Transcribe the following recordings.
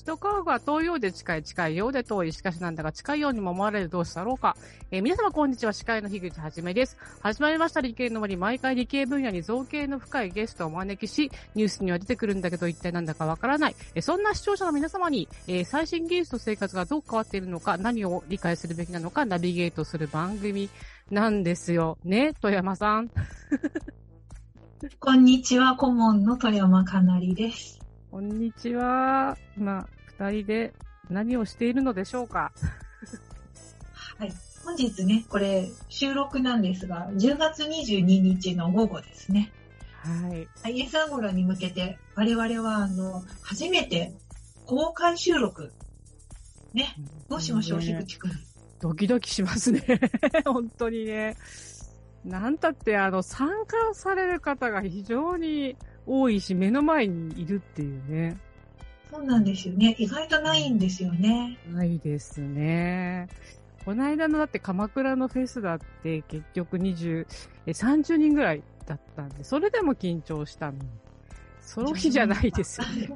と川が遠いようで近い、近いようで遠い、しかしなんだか近いようにも思われる同士だろうか。皆様こんにちは、司会の樋口はじめです。始まりました理系の森、毎回理系分野に造形の深いゲストをお招きし、ニュースには出てくるんだけど一体なんだかわからない。そんな視聴者の皆様に、最新技術と生活がどう変わっているのか、何を理解するべきなのか、ナビゲートする番組なんですよ。ね、富山さん。 こんにちは、顧問の富山かなりです。 こんにちは。今、二人で何をしているのでしょうか。 はい。本日ね、これ収録なんですが、10月22日の午後ですね。 はい。 IS アゴラに向けて、我々は初めて公開収録。ね。どうしましょう、樋口くん。 ドキドキしますね。本当にね。なんたって参加される方が非常に多いし、目の前にいるっていうね。 そうなんですよね。意外とないんですよね。 ないですね。この間のだって鎌倉のフェスだって結局30人ぐらいだったんで、それでも緊張したのに。その日じゃないですよね。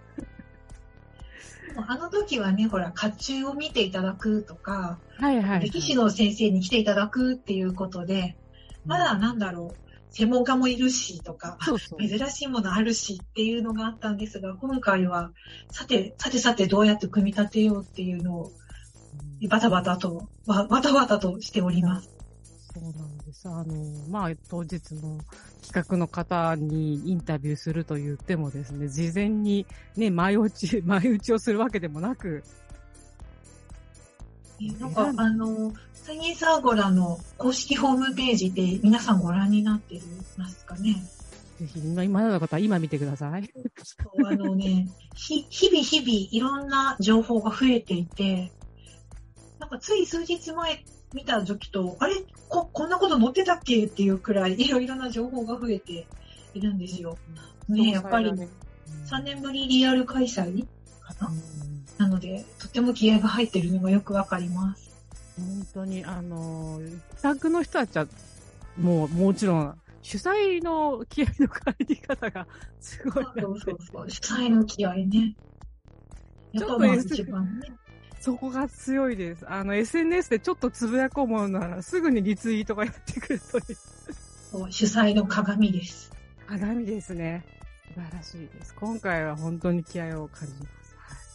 あの時はね、ほら、甲冑を見ていただくとか、 はいはい、はい。 歴史の先生に来ていただくっていうことで、まだなんだろう、専門家もいるしとか、 そうそう珍しいものあるしっていうのがあったんですが、今回は、さてどうやって組み立てようっていうのを、バタバタとしております。 そうなんです。当日の企画の方にインタビューすると言ってもですね、事前にね、前打ちをするわけでもなく。 なんか、サイエンスアゴラの公式ホームページで皆さんご覧になってますかね。 ぜひ、今の方は今見てください。 日々いろんな情報が増えていて、なんかつい数日前見た時と、あれこんなこと載ってたっけっていうくらいいろいろな情報が増えているんですよ。ね、やっぱり3年ぶりリアル開催かな、なので、とても気合が入っているのがよくわかります。 本当に、企画の人たちは、もちろん、主催の気合の入り方がすごい。 そう。主催の気合ね。やっぱ一番ね。 そこが強いです。SNS でちょっとつぶやこうものなら、すぐにリツイートがやってくるという。 そう、主催の鏡です。 鏡ですね。素晴らしいです。今回は本当に気合を感じます。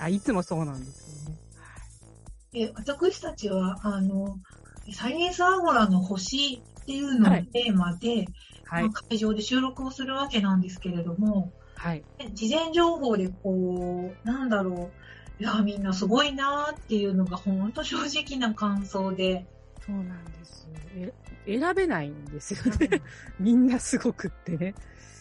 いつもそうなんですよね。 私たちは、サイエンスアゴラの星っていうのをテーマで、はい、会場で収録をするわけなんですけれども、 はい、 事前情報でなんだろう、いや、みんなすごいなーっていうのが本当正直な感想で。 そうなんです。選べないんですよね。みんなすごくってね。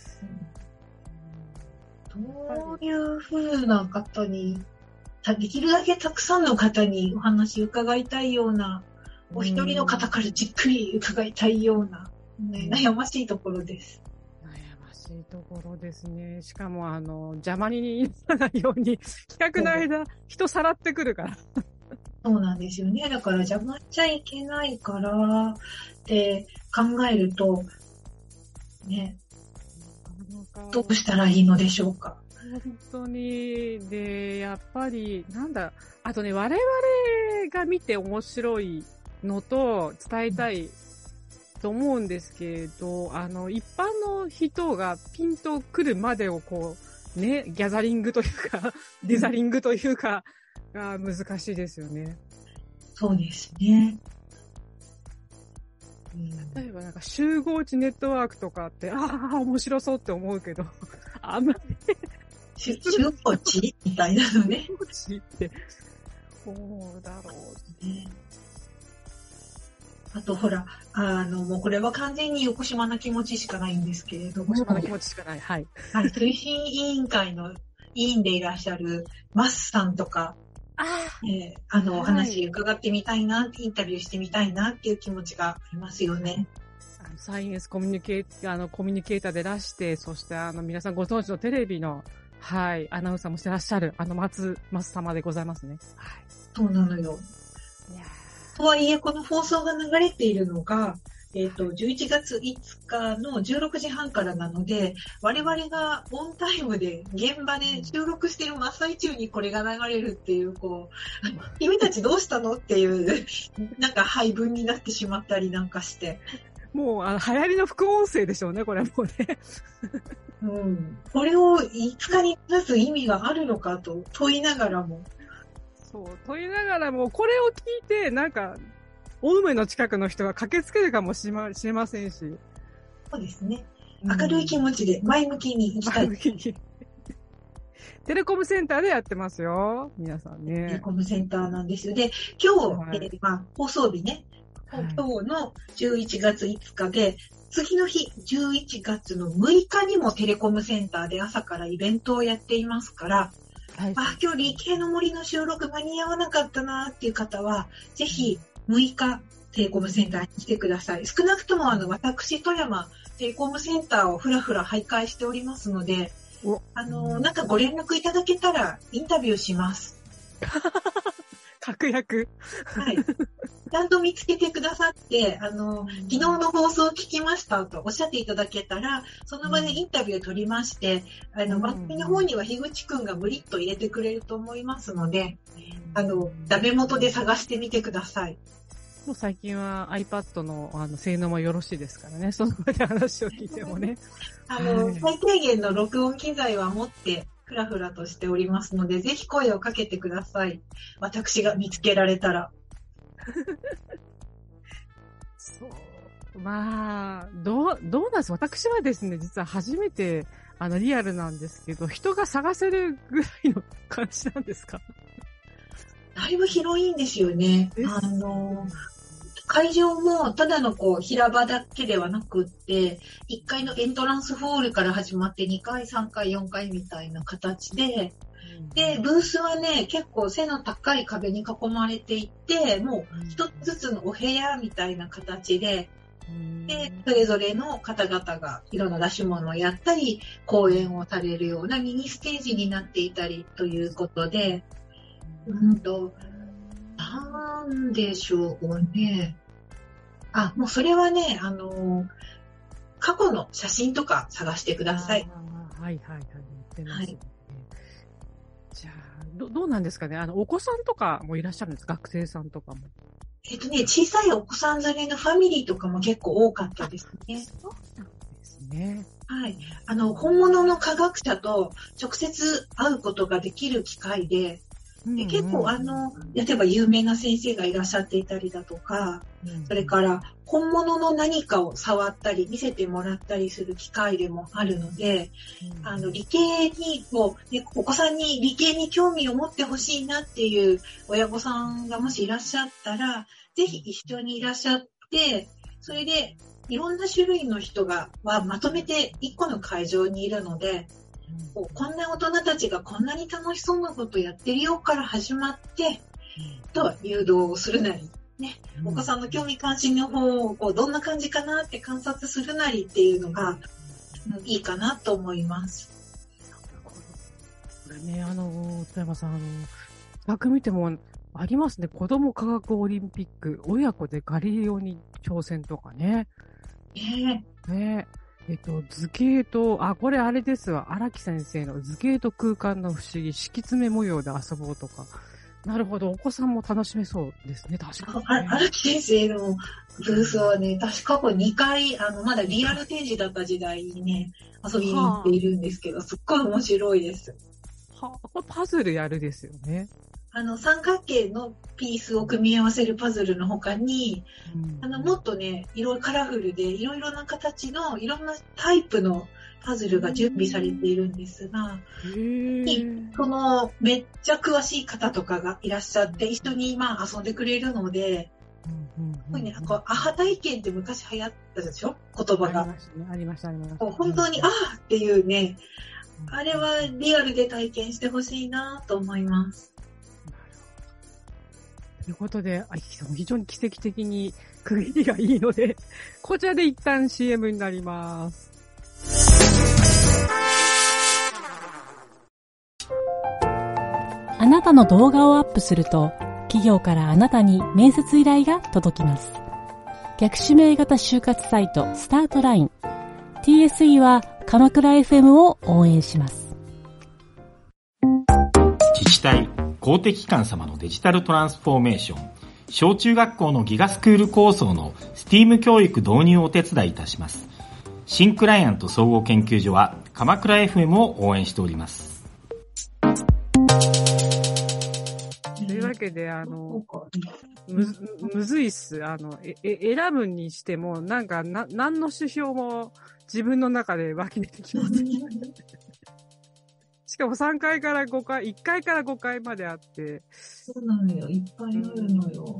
どういう風な方に、できるだけたくさんの方にお話伺いたいような、お一人の方からじっくり伺いたいような、悩ましいところです。 いいところですね。しかも邪魔にならないように企画の間人さらってくるから。 そうなんですよね。だから邪魔しちゃいけないからって考えるとね、どうしたらいいのでしょうか。 本当にでやっぱりあとね、我々が見て面白いのと伝えたい。と思うんですけど、一般の人がピンと来るまでをギャザリングというか、デザリングというか、が難しいですよね。 そうですね。 例えば集合地ネットワークとかって、面白そうって思うけど、あんまり。 集合地みたいなのね。 集合地って、そうだろうね。 あとほら、もうこれは完全に横島な気持ちしかないんですけれども。 横島な気持ちしかない。はい。 はい。推進委員会の委員でいらっしゃるマスさんとか、お話伺ってみたいな、インタビューしてみたいなっていう気持ちがありますよね。 サイエンスコミュニケーターで出して、そして皆さんご存知のテレビの、はい、アナウンサーもしてらっしゃる、松様でございますね。はい。 そうなのよ。とはいえ、この放送が流れているのが、 11月5日の16時半からなので、我々がオンタイムで現場で収録してる真っ最中にこれが流れるっていう、君たちどうしたのっていう、なんか配分になってしまったりなんかして。 もう、流行りの副音声でしょうね、これもね。 これを5日に出す意味があるのかと問いながらも。 そう、問いながらも、これを聞いて、なんか、青梅の近くの人が駆けつけるかもしれませんし。 そうですね。明るい気持ちで前向きに行きたい。前向きに。 テレコムセンターでやってますよ。皆さんね。 テレコムセンターなんですよ。で、今日、放送日ね、今日の11月5日で、次の日、11月の6日にもテレコムセンターで朝からイベントをやっていますから、今日理系の森の収録間に合わなかったなっていう方は、ぜひ6日テレコムセンターに来てください。少なくとも私、富山テレコムセンターをふらふら徘徊しておりますので、なんかご連絡いただけたらインタビューします。 確約。 はい。ちゃんと見つけてくださって、昨日の放送を聞きましたとおっしゃっていただけたら、その場でインタビューを取りまして、番組の方には樋口くんがブリッと入れてくれると思いますので、ダメ元で探してみてください。 もう最近は iPad の性能もよろしいですからね、その場で話を聞いてもね。 最低限の録音機材は持って、ふらふらとしておりますので、ぜひ声をかけてください。私が見つけられたら。 そう。まあ、どうなんです？私はですね、実は初めて、リアルなんですけど、人が探せるぐらいの感じなんですか？ だいぶ広いんですよね。会場もただの平場だけではなくって、1階のエントランスホールから始まって2階、3階、4階みたいな形で、で、ブースはね、結構背の高い壁に囲まれていて、もう一つずつのお部屋みたいな形で、で、それぞれの方々がいろんな出し物をやったり、講演をされるようなミニステージになっていたりということで、なんでしょうね。もうそれはね、過去の写真とか探してください。 はい。言ってますね。じゃあ、どうなんですかね。お子さんとかもいらっしゃるんですか？学生さんとかも。 小さいお子さん連れのファミリーとかも結構多かったですね。 そうなんですね。 はい。本物の科学者と直接会うことができる機会で、結構例えば有名な先生がいらっしゃっていたりだとか、それから本物の何かを触ったり見せてもらったりする機会でもあるので、理系にお子さんに理系に興味を持ってほしいなっていう親御さんがもしいらっしゃったら、ぜひ一緒にいらっしゃって、それでいろんな種類の人がまとめて一個の会場にいるので、こんな大人たちがこんなに楽しそうなことやってるよから始まって、誘導をするなり、ね、お子さんの興味関心の方をどんな感じかなって観察するなりっていうのが、いいかなと思います。 これね、富山さん、企画見てもありますね。子供科学オリンピック、親子でガリレオに挑戦とかね。図形と、これあれですわ。荒木先生の図形と空間の不思議、敷き詰め模様で遊ぼうとか。なるほど。お子さんも楽しめそうですね。確かに、ね。 荒木先生のブースはね、確か2回、まだリアル展示だった時代にね、遊びに行っているんですけど、すっごい面白いです。 これパズルやるですよね。 三角形のピースを組み合わせるパズルの他に、もっとね、カラフルでいろいろな形のいろんなタイプのパズルが準備されているんですが、めっちゃ詳しい方とかがいらっしゃって一緒に遊んでくれるので、アハ体験って昔流行ったでしょ？言葉が。 ありました。 本当にっていうね、あれはリアルで体験してほしいなと思います。 ということで、非常に奇跡的に区切りがいいので、こちらで一旦 CM になります。 あなたの動画をアップすると、企業からあなたに面接依頼が届きます。 逆指名型就活サイトスタートライン。TSE は鎌倉 FM を応援します。 自治体、公的機関様のデジタルトランスフォーメーション、小中学校のギガスクール構想の STEAM 教育導入をお手伝いいたします。新クライアント総合研究所は鎌倉 FM を応援しております。 というわけで、むずいっす。選ぶにしても、何の指標も自分の中で湧き出てきます。しかも3回から5回、1回から5回まであって。 そうなのよ。いっぱいあるのよ。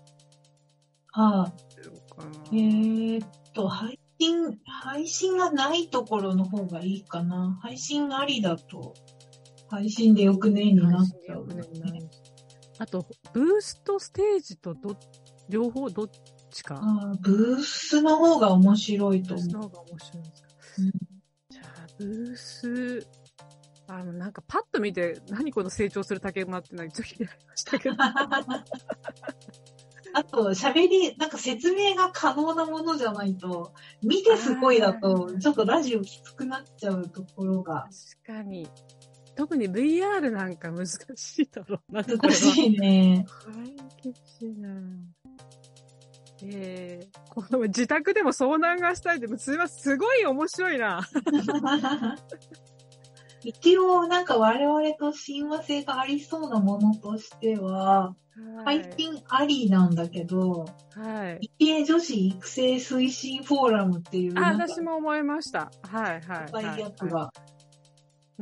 配信がないところの方がいいかな。配信ありだと、配信でよくねになっちゃう、ね。 あと、ブースとステージと両方どっちか。 ブースの方が面白いと思う。 ブースの方が面白いですか。じゃあ、ブース、なんかパッと見て、何この成長する竹馬ってのは一応気になりましたけど。 あと、なんか説明が可能なものじゃないと、見てすごいだと、ちょっとラジオきつくなっちゃうところが。 確かに。特に VR なんか難しいだろうな。 難しいね。 難しいな。この自宅でも遭難がしたいって、すごい面白いな。 一応、なんか我々と親和性がありそうなものとしては、配信ありなんだけど、理系女子育成推進フォーラムっていう。 私も思いました。 高いやつが。 うん、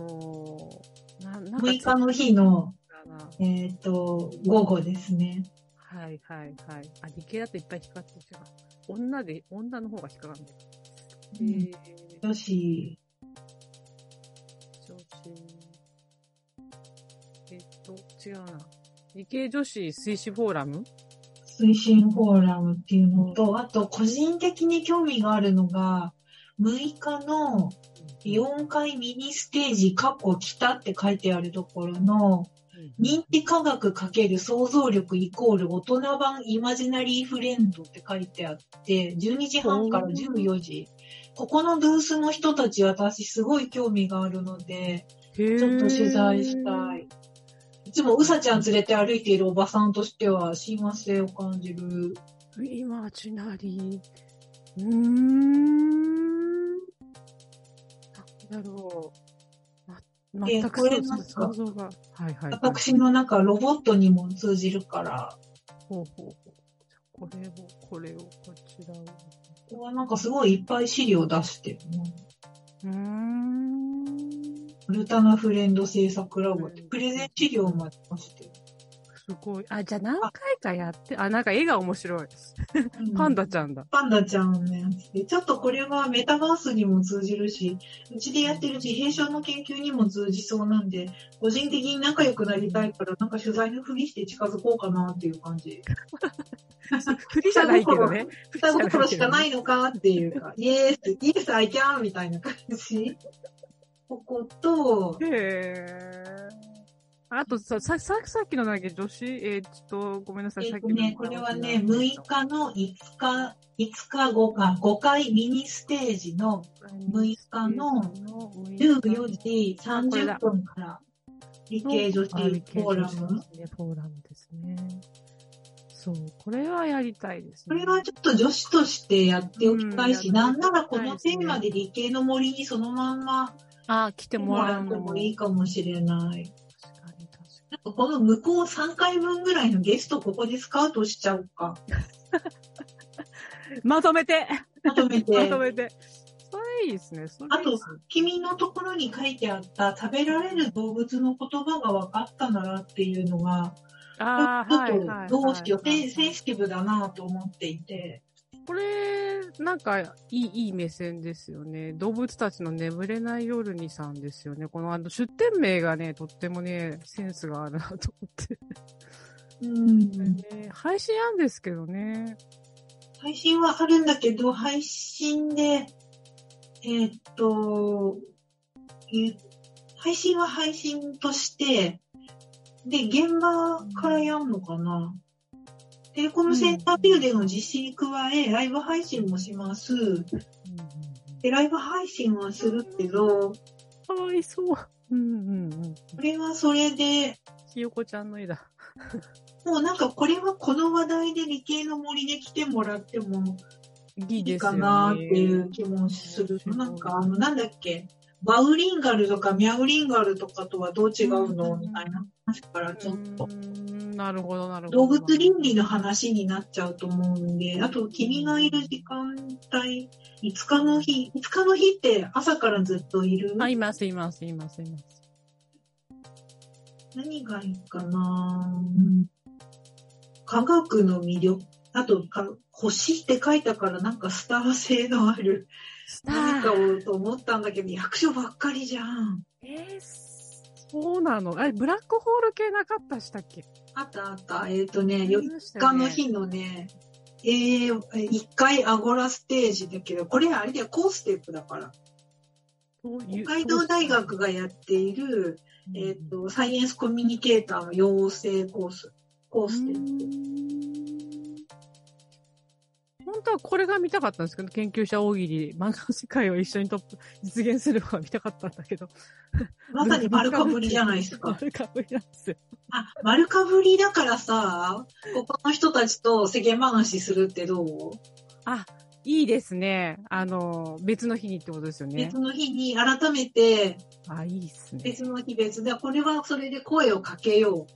6日の日の、午後ですね。 理系だといっぱい引っかかってるじゃん。女の方が引っかかるんだよ。 女子。 違うな。理系女子推進フォーラムっていうのと、あと個人的に興味があるのが、6日の4回ミニステージ、北って書いてあるところの、認知科学×想像力=大人版イマジナリーフレンドって書いてあって、12時半から14時。ここのブースの人たち、私すごい興味があるので、ちょっと取材したい。いつもうさちゃん連れて歩いているおばさんとしては親和性を感じる。 イマジナリー。なんだろう。全く想像が。 私のなんかロボットにも通じるから。 これを、こちらを。 ここはなんかすごいいっぱい資料出してるアルタナフレンド制作ラボってプレゼン資料もありまして。 すごい。じゃあ何回かやって、なんか絵が面白い。パンダちゃんだ。 パンダちゃんのやつで、ちょっとこれはメタバースにも通じるし、うちでやってる自閉症の研究にも通じそうなんで、個人的に仲良くなりたいから、なんか取材のふりして近づこうかなっていう感じ。 ふりじゃないけどね。 双心しかないのかっていうか、イエス、I can みたいな感じ。ここと、 あとさっきのだけ女子、ごめんなさい。 これはね、6日の5回ミニステージの6日の14時30分から理系女子フォーラム。 フォーラムですね。そう、これはやりたいですね。 これはちょっと女子としてやっておきたいし、なんならこのテーマで理系の森にそのまんま来てもらうのもいいかもしれない。なんかこの向こう3回分ぐらいのゲストここでスカウトしちゃおうか。 まとめて。それいいですね。 あと、君のところに書いてあった食べられる動物の言葉が分かったならっていうのが、ちょっとどうしよう、センシティブだなと思っていて。 これ、なんかいい目線ですよね。動物たちの眠れない夜にさんですよね。この出店名がね、とってもね、センスがあるなと思って。配信あるんですけどね。 配信はあるんだけど、配信で、配信は配信として、で、現場からやんのかな？ テレコムセンタービルでの実施に加え、ライブ配信もします。で、ライブ配信はするけど、 かわいそう。 これはそれで、 ひよこちゃんの絵だ。 もうなんかこれはこの話題で理系の森で来てもらってもいいかなっていう気もする。なんかなんだっけ、バウリンガルとかミャウリンガルとかとはどう違うのみたいな話からちょっと。 なるほど、なるほど。 動物倫理の話になっちゃうと思うんで、あと君がいる時間帯、5日の日って朝からずっといる？ います。 何がいいかな？科学の魅力。あと、星って書いたからなんかスター性のある何かをと思ったんだけど、役所ばっかりじゃん。 そうなの？ブラックホール系なかったしたっけ？ あった。4日の日のね、1回アゴラステージだけど、これあれだよ、コーステップだから。北海道大学がやっている、サイエンスコミュニケーターの養成コーステップ。 本当はこれが見たかったんですけど、研究者大喜利、漫画世界を一緒に実現するのが見たかったんだけど。 まさに丸かぶりじゃないですか。 丸かぶりなんですよ。 丸かぶりだからさ、ここの人たちと世間話するってどう？ いいですね。別の日にってことですよね。 別の日に改めて、 いいっすね。 別の日別で、これはそれで声をかけよう。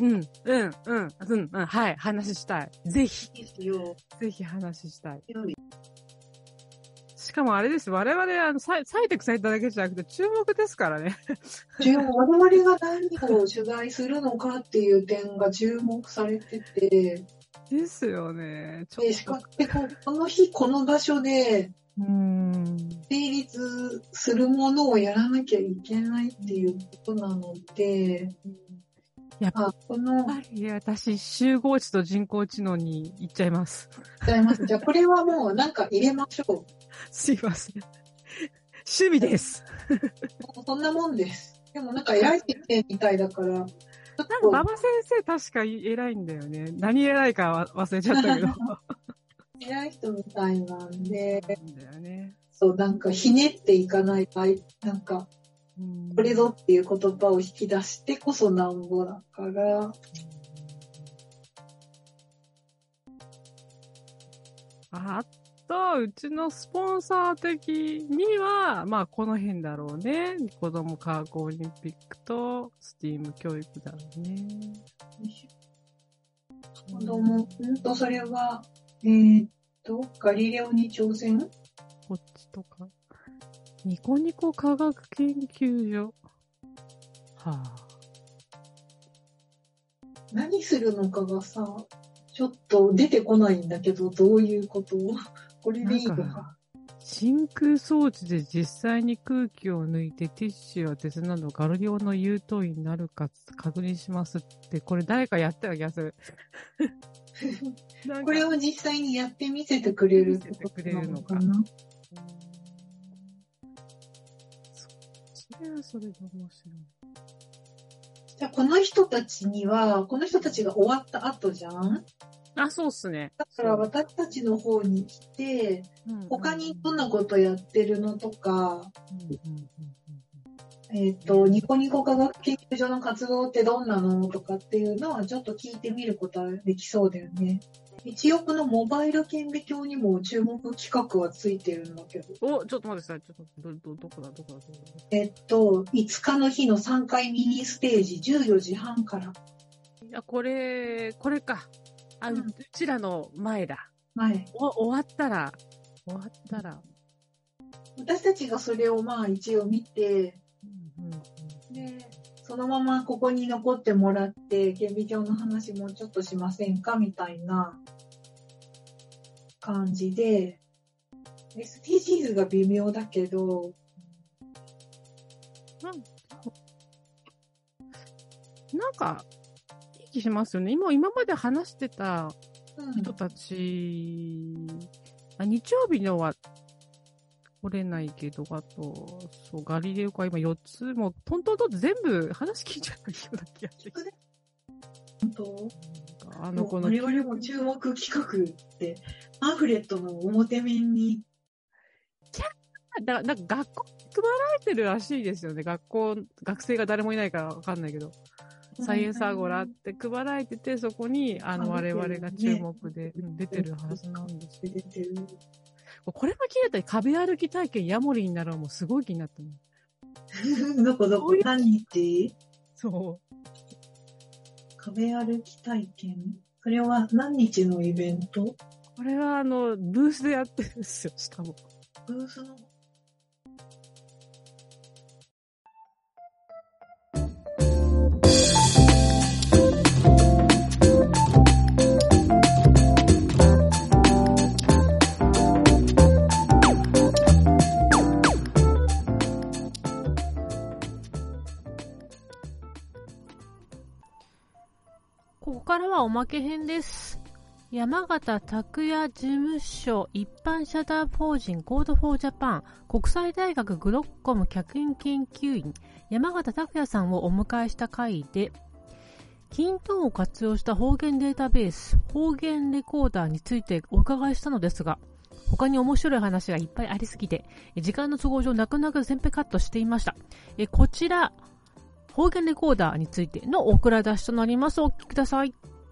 はい、話したい。ぜひ。ぜひ話したい。しかもあれです。我々、採択されただけじゃなくて、注目ですからね。 我々が何を取材するのかっていう点が注目されてて。 ですよね。 しかも、この日、この場所で、成立するものをやらなきゃいけないっていうことなので、 やっぱり私、集合値と人工知能に行っちゃいます。 じゃあ、これはもうなんか入れましょう。 すいません。趣味です。 そんなもんです。でもなんか偉い先生みたいだから。なんか馬場先生確か偉いんだよね。何偉いか忘れちゃったけど。 偉い人みたいなんで。 なんだよね。 そう、なんかひねっていかない場合、なんか、これぞっていう言葉を引き出してこそなんぼだから。 うちのスポンサー的には、この辺だろうね。子供科学オリンピックとスティーム教育だろうね。 子供、それは、ガリレオに挑戦？ こっちとか。ニコニコ科学研究所。 何するのかがさ、ちょっと出てこないんだけど、どういうこと？これでいいのか。 真空装置で実際に空気を抜いてティッシュや鉄などガルリオの言う通りになるか確認しますって、これ誰かやったような気がする。 これを実際にやってみせてくれるってことなのかな。 それはそれで面白い。 じゃあこの人たちが終わった後じゃん？ そうっすね。 だから私たちの方に来て、他にどんなことやってるのとか、ニコニコ科学研究所の活動ってどんなのとかっていうのはちょっと聞いてみることはできそうだよね。一応このモバイル顕微鏡にも注目企画はついてるんだけど。 ちょっと待ってください。どこだ。 5日の日の3回ミニステージ14時半から。 これか。うちらの前だ。 前。 終わったら。 私たちがそれを一応見て、で、そのままここに残ってもらって、顕微鏡の話もちょっとしませんかみたいな感じで、SDGs が微妙だけど、 なんか、いい気しますよね。今まで話してた人たち、日曜日のは来れないけど、あと、ガリレオか今4つも、トントンと全部話聞いちゃったような気がしてきて。 本当？ この我々も注目企画ってパンフレットの表面になんか学校配られてるらしいですよね。学生が誰もいないからわかんないけど、サイエンスアゴラって配られてて、そこに我々が注目で出てるはずなんですよ。 出てる。 これも聞いたら壁歩き体験ヤモリになるのもすごい気になったの。 どこ何日？ そう。 壁歩き体験？それは何日のイベント？ これはブースでやってるんですよ、しかも。 ブースのここからはおまけ編です。山形拓也事務所一般社団法人コードフォージャパン国際大学グロッコム客員研究員山形拓也さんをお迎えした回で、キントーンを活用した方言データベース方言レコーダーについてお伺いしたのですが、他に面白い話がいっぱいありすぎて時間の都合上泣く泣く全編カットしていました。こちら方言レコーダーについてのお蔵出しとなります。お聞きください。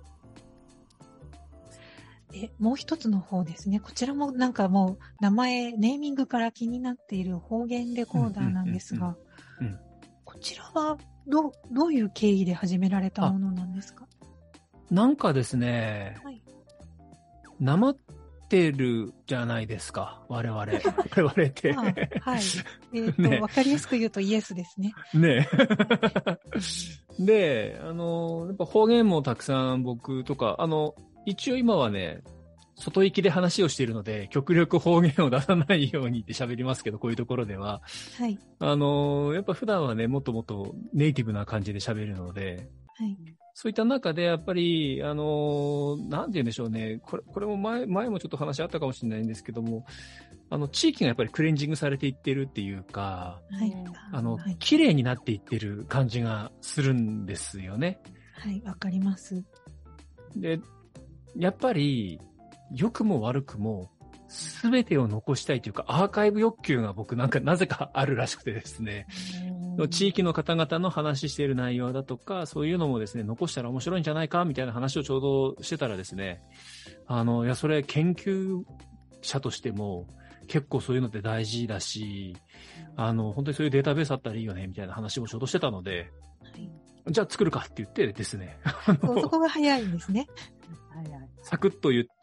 もう一つの方ですね。こちらもなんかもう名前、ネーミングから気になっている方言レコーダーなんですが、こちらはどういう経緯で始められたものなんですか？ なんかですね、 はい、 なまってるじゃないですか、我々って。 はい。 ね、 わかりやすく言うとイエスですね。 ねで、やっぱ方言もたくさん僕とか、一応今はね、外行きで話をしているので、極力方言を出さないようにって喋りますけど、こういうところでは。 はい。 やっぱ普段はね、もっともっとネイティブな感じで喋るので、 はい。 そういった中で、やっぱり、なんて言うんでしょうね。これも前もちょっと話あったかもしれないんですけども、地域がやっぱりクレンジングされていってるっていうか、 はい。 綺麗になっていってる感じがするんですよね。 はい、わかります。 で、やっぱり、良くも悪くも、すべてを残したいというか、アーカイブ欲求が僕なぜかあるらしくてですね、地域の方々の話している内容だとか、そういうのもですね、残したら面白いんじゃないかみたいな話をちょうどしてたらですね、いや、それ研究者としても結構そういうのって大事だし、本当にそういうデータベースあったらいいよねみたいな話をちょうどしてたので、はい、じゃあ作るかって言ってですね。 そこが早いんですね。 サクッと言って、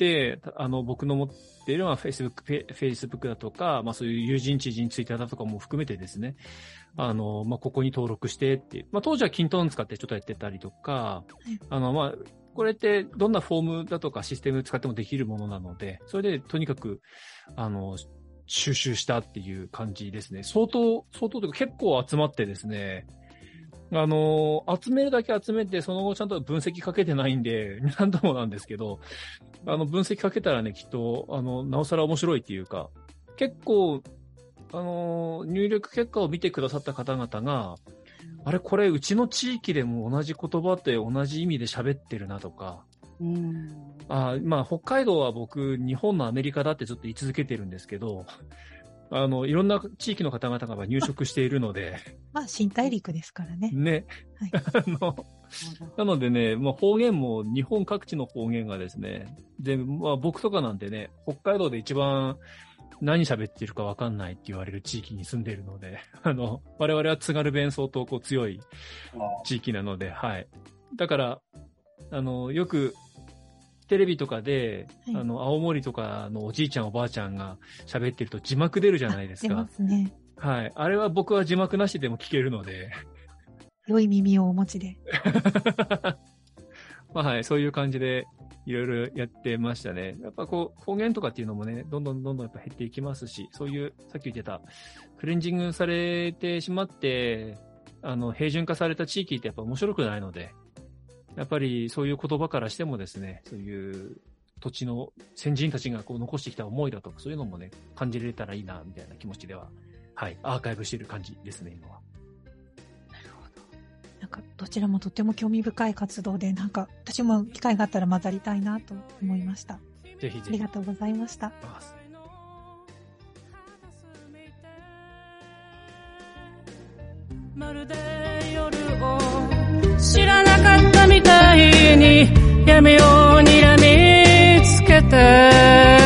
僕の持っているのは Facebook だとか、そういう友人知人ツイッターだとかも含めてですね、ここに登録してっていう、当時はキントーン使ってちょっとやってたりとか、はい、これってどんなフォームだとかシステム使ってもできるものなので、それでとにかく、収集したっていう感じですね。相当というか結構集まってですね、集めるだけ集めて、その後ちゃんと分析かけてないんで、何度もなんですけど、分析かけたらね、きっと、なおさら面白いっていうか、結構、入力結果を見てくださった方々が、あれ、これ、うちの地域でも同じ言葉って同じ意味で喋ってるなとか、北海道は僕、日本のアメリカだってちょっと言い続けてるんですけど、いろんな地域の方々が入植しているので。 新大陸ですからね。 ね。はい、なのでね、方言も日本各地の方言がですね、で、僕とかなんてね、北海道で一番何喋ってるかわかんないって言われる地域に住んでいるので、我々は津軽弁相当強い地域なので、はい。だから、よく、テレビとかで、はい、青森とかのおじいちゃんおばあちゃんが喋ってると字幕出るじゃないですか。 出ますね。 はい。あれは僕は字幕なしでも聞けるので。 良い耳をお持ちで。 はい。そういう感じでいろいろやってましたね。やっぱ方言とかっていうのもね、どんどんやっぱ減っていきますし、そういう、さっき言ってた、クレンジングされてしまって、平準化された地域ってやっぱ面白くないので、やっぱりそういう言葉からしてもですね、そういう土地の先人たちが残してきた思いだとか、そういうのもね、感じられたらいいな、みたいな気持ちでは、はい、アーカイブしている感じですね、今は。 なるほど。なんかどちらもとても興味深い活動で、なんか私も機会があったら混ざりたいなと思いました。 ぜひぜひ。 ありがとうございました。 まるで夜を知らなかったみたいに闇を睨みつけて